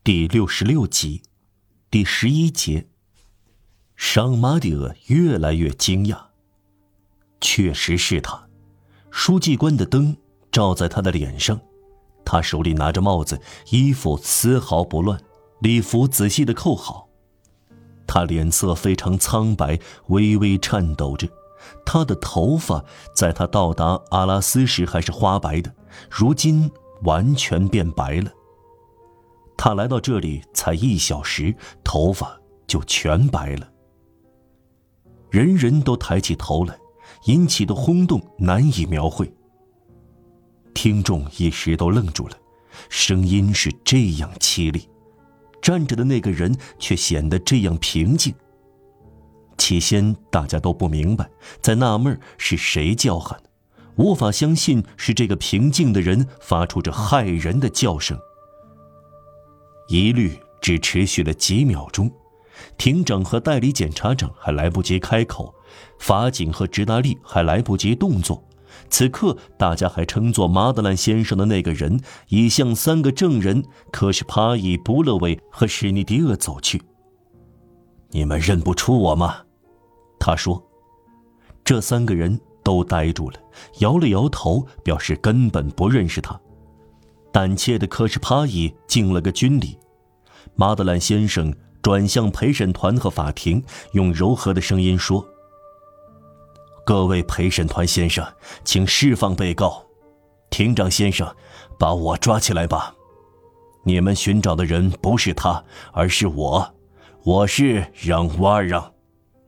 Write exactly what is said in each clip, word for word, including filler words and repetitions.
第六十六集，第十一节。尚马蒂厄越来越惊讶，确实是他。书记官的灯照在他的脸上，他手里拿着帽子，衣服丝毫不乱，礼服仔细地扣好。他脸色非常苍白，微微颤抖着。他的头发在他到达阿拉斯时还是花白的，如今完全变白了。他来到这里才一小时，头发就全白了。人人都抬起头来，引起的轰动难以描绘。听众一时都愣住了，声音是这样凄厉，站着的那个人却显得这样平静。起先大家都不明白，在纳闷是谁叫喊，无法相信是这个平静的人发出这骇人的叫声。疑虑只持续了几秒钟，庭长和代理检察长还来不及开口，法警和直达利还来不及动作。此刻大家还称作马德兰先生的那个人已向三个证人科什帕伊、布勒维和史尼迪厄走去。你们认不出我吗？他说。这三个人都呆住了，摇了摇头，表示根本不认识他。胆怯的科什帕伊敬了个军礼。马德兰先生转向陪审团和法庭，用柔和的声音说：各位陪审团先生，请释放被告。庭长先生，把我抓起来吧。你们寻找的人不是他，而是我，我是让瓦尔让。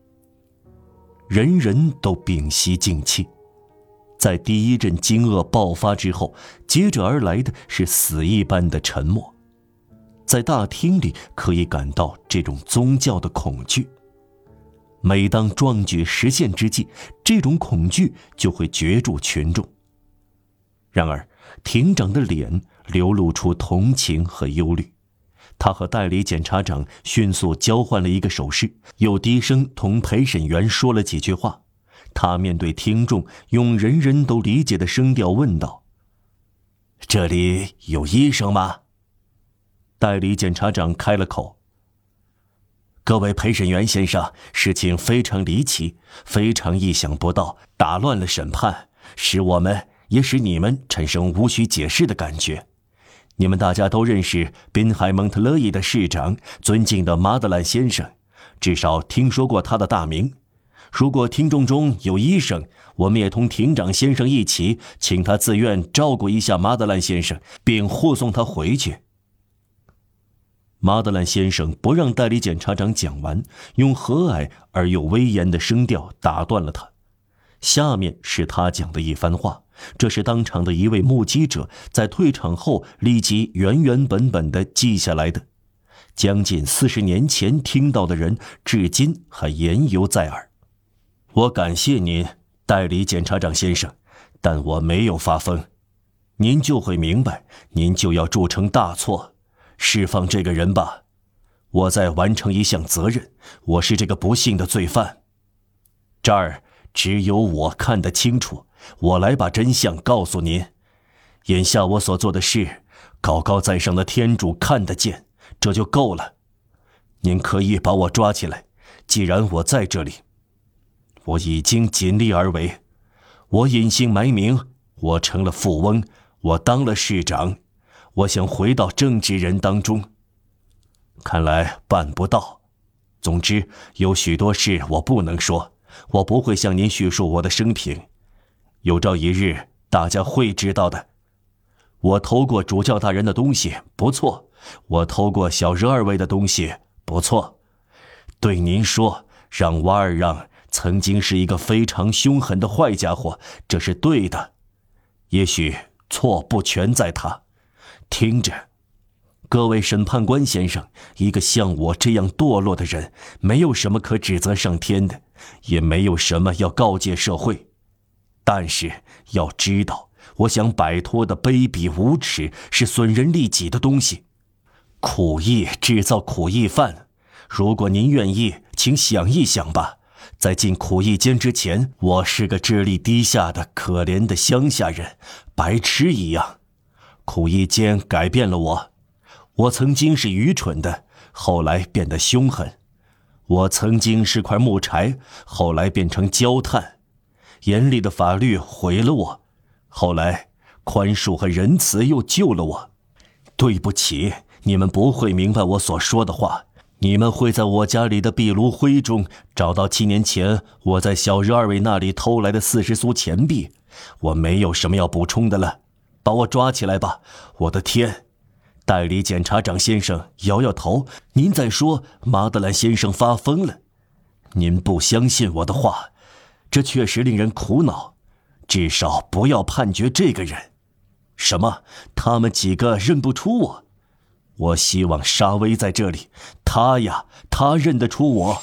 人人都屏息静气。在第一阵惊愕爆发之后，接着而来的是死一般的沉默。在大厅里可以感到这种宗教的恐惧。每当壮举实现之际，这种恐惧就会攫住群众。然而庭长的脸流露出同情和忧虑，他和代理检察长迅速交换了一个手势，又低声同陪审员说了几句话。他面对听众，用人人都理解的声调问道：这里有医生吗？代理检察长开了口：各位陪审员先生，事情非常离奇，非常意想不到，打乱了审判，使我们也使你们产生无需解释的感觉。你们大家都认识滨海蒙特勒伊的市长，尊敬的马德兰先生，至少听说过他的大名。如果听众中有医生，我们也同庭长先生一起，请他自愿照顾一下马德兰先生，并护送他回去。马德兰先生不让代理检察长讲完，用和蔼而又威严的声调打断了他。下面是他讲的一番话，这是当场的一位目击者在退场后立即原原本本地记下来的。将近四十年前听到的人，至今还言犹在耳。我感谢您，代理检察长先生，但我没有发疯。您就会明白，您就要铸成大错。释放这个人吧，我在完成一项责任，我是这个不幸的罪犯。这儿只有我看得清楚，我来把真相告诉您。眼下我所做的事，高高在上的天主看得见，这就够了。您可以把我抓起来，既然我在这里。我已经尽力而为，我隐姓埋名，我成了富翁，我当了市长，我想回到政治人当中，看来办不到。总之，有许多事我不能说，我不会向您叙述我的生平。有朝一日，大家会知道的。我偷过主教大人的东西，不错；我偷过小日二位的东西，不错。对您说，让瓦尔让曾经是一个非常凶狠的坏家伙，这是对的。也许错不全在他。听着，各位审判官先生，一个像我这样堕落的人，没有什么可指责上天的，也没有什么要告诫社会。但是要知道，我想摆脱的卑鄙无耻是损人利己的东西。苦役制造苦役犯，如果您愿意，请想一想吧。在进苦役间之前，我是个智力低下的可怜的乡下人，白痴一样。苦役间改变了我， 我曾经是愚蠢的，后来变得凶狠；我曾经是块木柴，后来变成焦炭。严厉的法律毁了我，后来宽恕和仁慈又救了我。对不起，你们不会明白我所说的话。你们会在我家里的壁炉灰中找到七年前我在小日二位那里偷来的四十苏钱币。我没有什么要补充的了，把我抓起来吧！我的天！代理检察长先生摇摇头，您在说马德兰先生发疯了。您不相信我的话，这确实令人苦恼。至少不要判决这个人。什么？他们几个认不出我？我希望沙威在这里，他呀，他认得出我。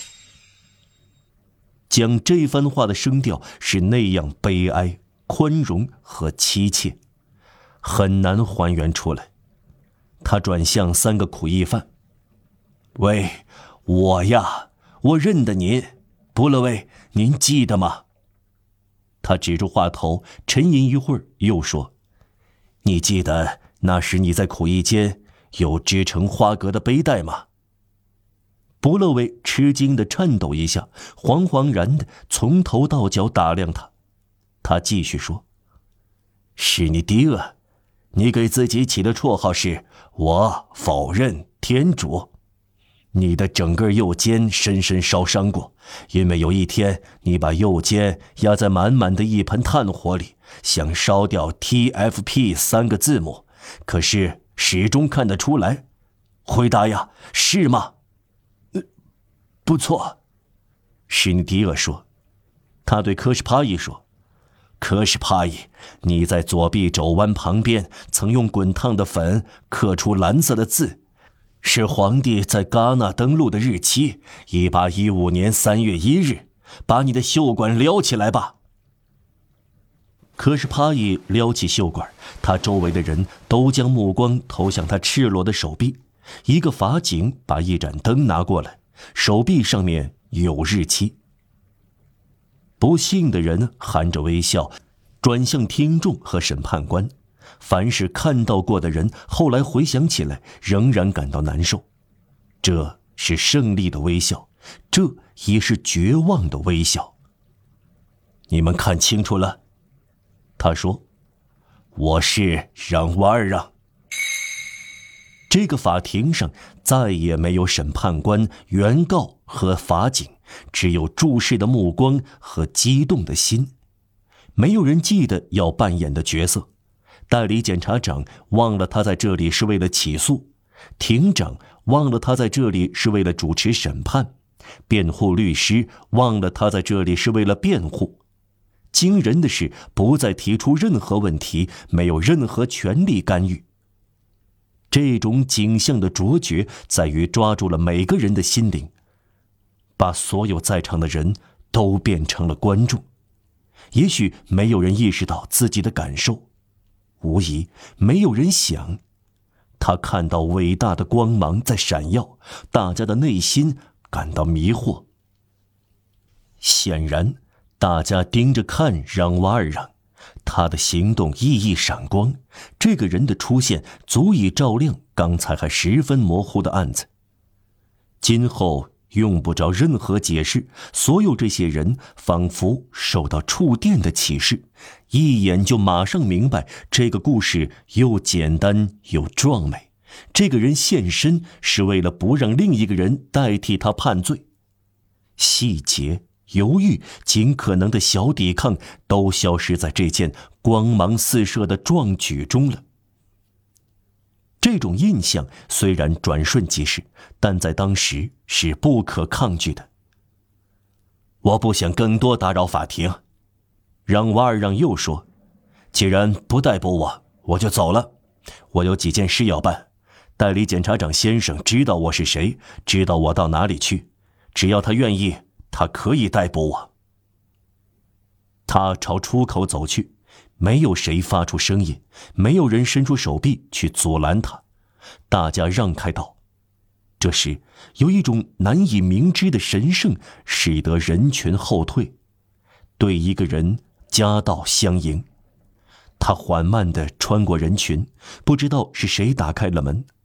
讲这番话的声调是那样悲哀、宽容和凄切，很难还原出来。他转向三个苦役犯：“喂，我呀，我认得您，布勒维，您记得吗？”他指住话头，沉吟一会儿，又说：“你记得那时你在苦役间有织成花格的背带吗？”布勒维吃惊地颤抖一下，惶惶然地从头到脚打量他。他继续说：“史尼迪厄，你给自己起的绰号是我否认天主。你的整个右肩深深烧伤过，因为有一天你把右肩压在满满的一盆炭火里，想烧掉 T F P 三个字母，可是始终看得出来。回答呀，是吗？”“呃，不错。”史尼迪厄说。他对科什帕伊说：“科什帕伊，你在左臂肘弯旁边曾用滚烫的粉刻出蓝色的字，是皇帝在戛纳登陆的日期，一八一五年三月一日。把你的袖管撩起来吧。”科什帕伊撩起袖管，他周围的人都将目光投向他赤裸的手臂。一个法警把一盏灯拿过来，手臂上面有日期。不幸的人含着微笑转向听众和审判官。凡是看到过的人后来回想起来仍然感到难受。这是胜利的微笑，这也是绝望的微笑。你们看清楚了，他说，我是让瓦尔让。这个法庭上再也没有审判官、原告和法警，只有注视的目光和激动的心。没有人记得要扮演的角色。代理检察长忘了他在这里是为了起诉，庭长忘了他在这里是为了主持审判，辩护律师忘了他在这里是为了辩护。惊人的是，不再提出任何问题，没有任何权力干预。这种景象的卓绝在于抓住了每个人的心灵，把所有在场的人都变成了观众。也许没有人意识到自己的感受，无疑没有人想。他看到伟大的光芒在闪耀，大家的内心感到迷惑。显然大家盯着看让瓦尔让，他的行动熠熠闪光，这个人的出现足以照亮刚才还十分模糊的案子。今后用不着任何解释，所有这些人仿佛受到触电的启示，一眼就马上明白这个故事又简单又壮美。这个人现身是为了不让另一个人代替他判罪。细节、犹豫、尽可能的小抵抗都消失在这件光芒四射的壮举中了。这种印象虽然转瞬即逝，但在当时是不可抗拒的。我不想更多打扰法庭，让瓦尔让又说，既然不逮捕我，我就走了。我有几件事要办。代理检察长先生知道我是谁，知道我到哪里去，只要他愿意，他可以逮捕我。他朝出口走去，没有谁发出声音，没有人伸出手臂去阻拦他，大家让开道。这时有一种难以明知的神圣使得人群后退，对一个人夹道相迎。他缓慢地穿过人群，不知道是谁打开了门。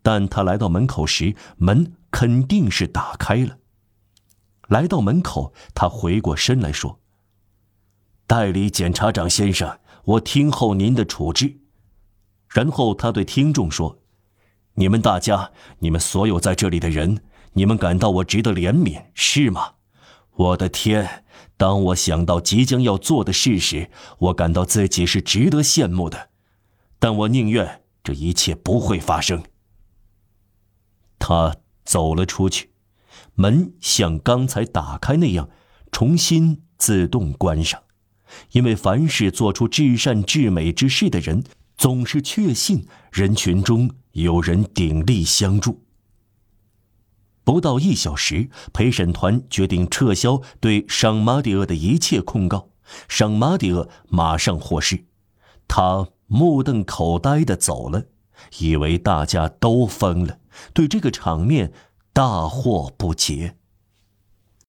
但他来到门口时，门肯定是打开了。来到门口，他回过身来说：“代理检察长先生，我听候您的处置。”然后他对听众说：“你们大家，你们所有在这里的人，你们感到我值得怜悯，是吗？我的天，当我想到即将要做的事时，我感到自己是值得羡慕的，但我宁愿这一切不会发生。”他走了出去，门像刚才打开那样重新自动关上，因为凡是做出至善至美之事的人，总是确信人群中有人鼎力相助。不到一小时，陪审团决定撤销对尚马蒂厄的一切控告。尚马蒂厄马上获释，他目瞪口呆地走了，以为大家都疯了，对这个场面大惑不解。